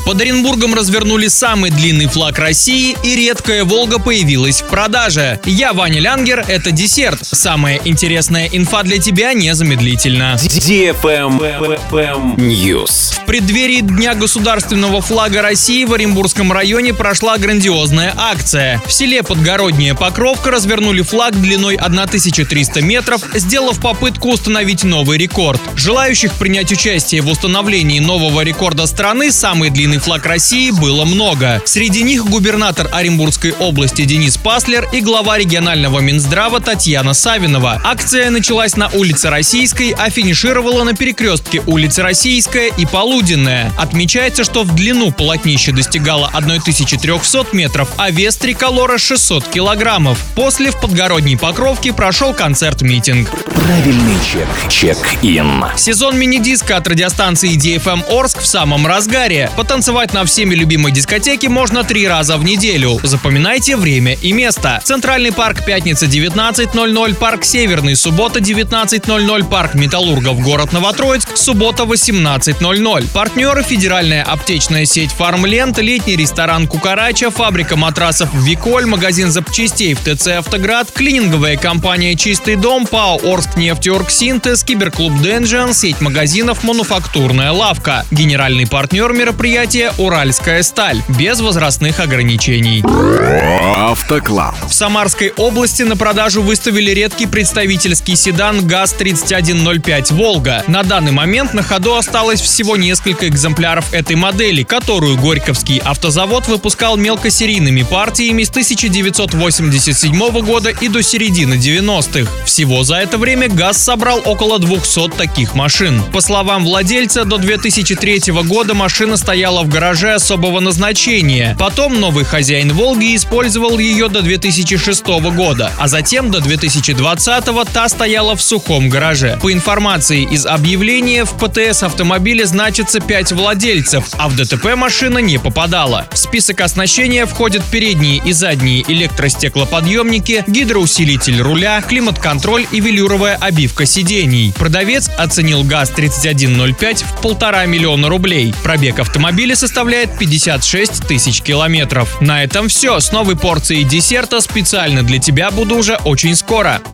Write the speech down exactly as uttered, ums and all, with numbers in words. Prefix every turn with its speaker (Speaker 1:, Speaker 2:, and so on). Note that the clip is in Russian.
Speaker 1: Под Оренбургом развернули самый длинный флаг России, и редкая «Волга» появилась в продаже. Я Ваня Лянгер, это десерт. Самая интересная инфа для тебя незамедлительно.
Speaker 2: News.
Speaker 1: В преддверии Дня государственного флага России в Оренбургском районе прошла грандиозная акция. В селе Подгородняя Покровка развернули флаг длиной тысяча триста метров, сделав попытку установить новый рекорд. Желающих принять участие в установлении нового рекорда страны «Самый длинный флаг России» было много. Среди них губернатор Оренбургской области Денис Паслер и глава регионального Минздрава Татьяна Савинова. Акция началась на улице Российской, а финишировала на перекрестке улицы Российская и Полуденная. Отмечается, что в длину полотнище достигало тысячи трехсот метров, а вес триколора шестьсот килограммов. После в Подгородней Покровке прошел концерт-митинг.
Speaker 2: Правильный чек. Чек-ин.
Speaker 1: Сезон мини-диска от радиостанции ди эф эм Орск в самом разгаре. Потанцевать на всеми любимой дискотеке можно три раза в неделю. Запоминайте время и место. Центральный парк пятница девятнадцать ноль ноль, парк Северный суббота девятнадцать ноль ноль, парк Металлургов город Новотроицк суббота восемнадцать ноль ноль. Партнеры: федеральная аптечная сеть Фармленд, летний ресторан Кукарача, фабрика матрасов Виколь, магазин запчастей в ТЦ Автоград, клининговая компания Чистый дом, ПАО Орскнефтеоргсинтез, киберклуб Денжиан, сеть магазинов Мануфактурная лавка. Генеральный партнер мероприятия Уральская сталь. Без возрастных ограничений.
Speaker 2: Автоклаб.
Speaker 1: В Самарской области на продажу выставили редкий представительский седан ГАЗ тридцать один ноль пять «Волга». На данный момент на ходу осталось всего несколько экземпляров этой модели, которую Горьковский автозавод выпускал мелкосерийными партиями с тысяча девятьсот восемьдесят седьмого года и до середины девяностых. Всего за это время ГАЗ собрал около двухсот таких машин. По словам владельца, до две тысячи третьего года машина стояла в гараже особого назначения. Потом новый хозяин «Волги» использовал ее до две тысячи шестого года, а затем до две тысячи двадцатого та стояла в сухом гараже. По информации из объявления, в ПТС автомобиля значится пять владельцев, а в ДТП машина не попадала. В список оснащения входят передние и задние электростеклоподъемники, гидроусилитель руля, климат-контроль и велюровая обивка сидений. Продавец оценил ГАЗ тридцать один ноль пять в полтора миллиона рублей. Пробег автомобиля составляет пятьдесят шесть тысяч километров. На этом все. С новой порцией десерта специально для тебя буду уже очень скоро.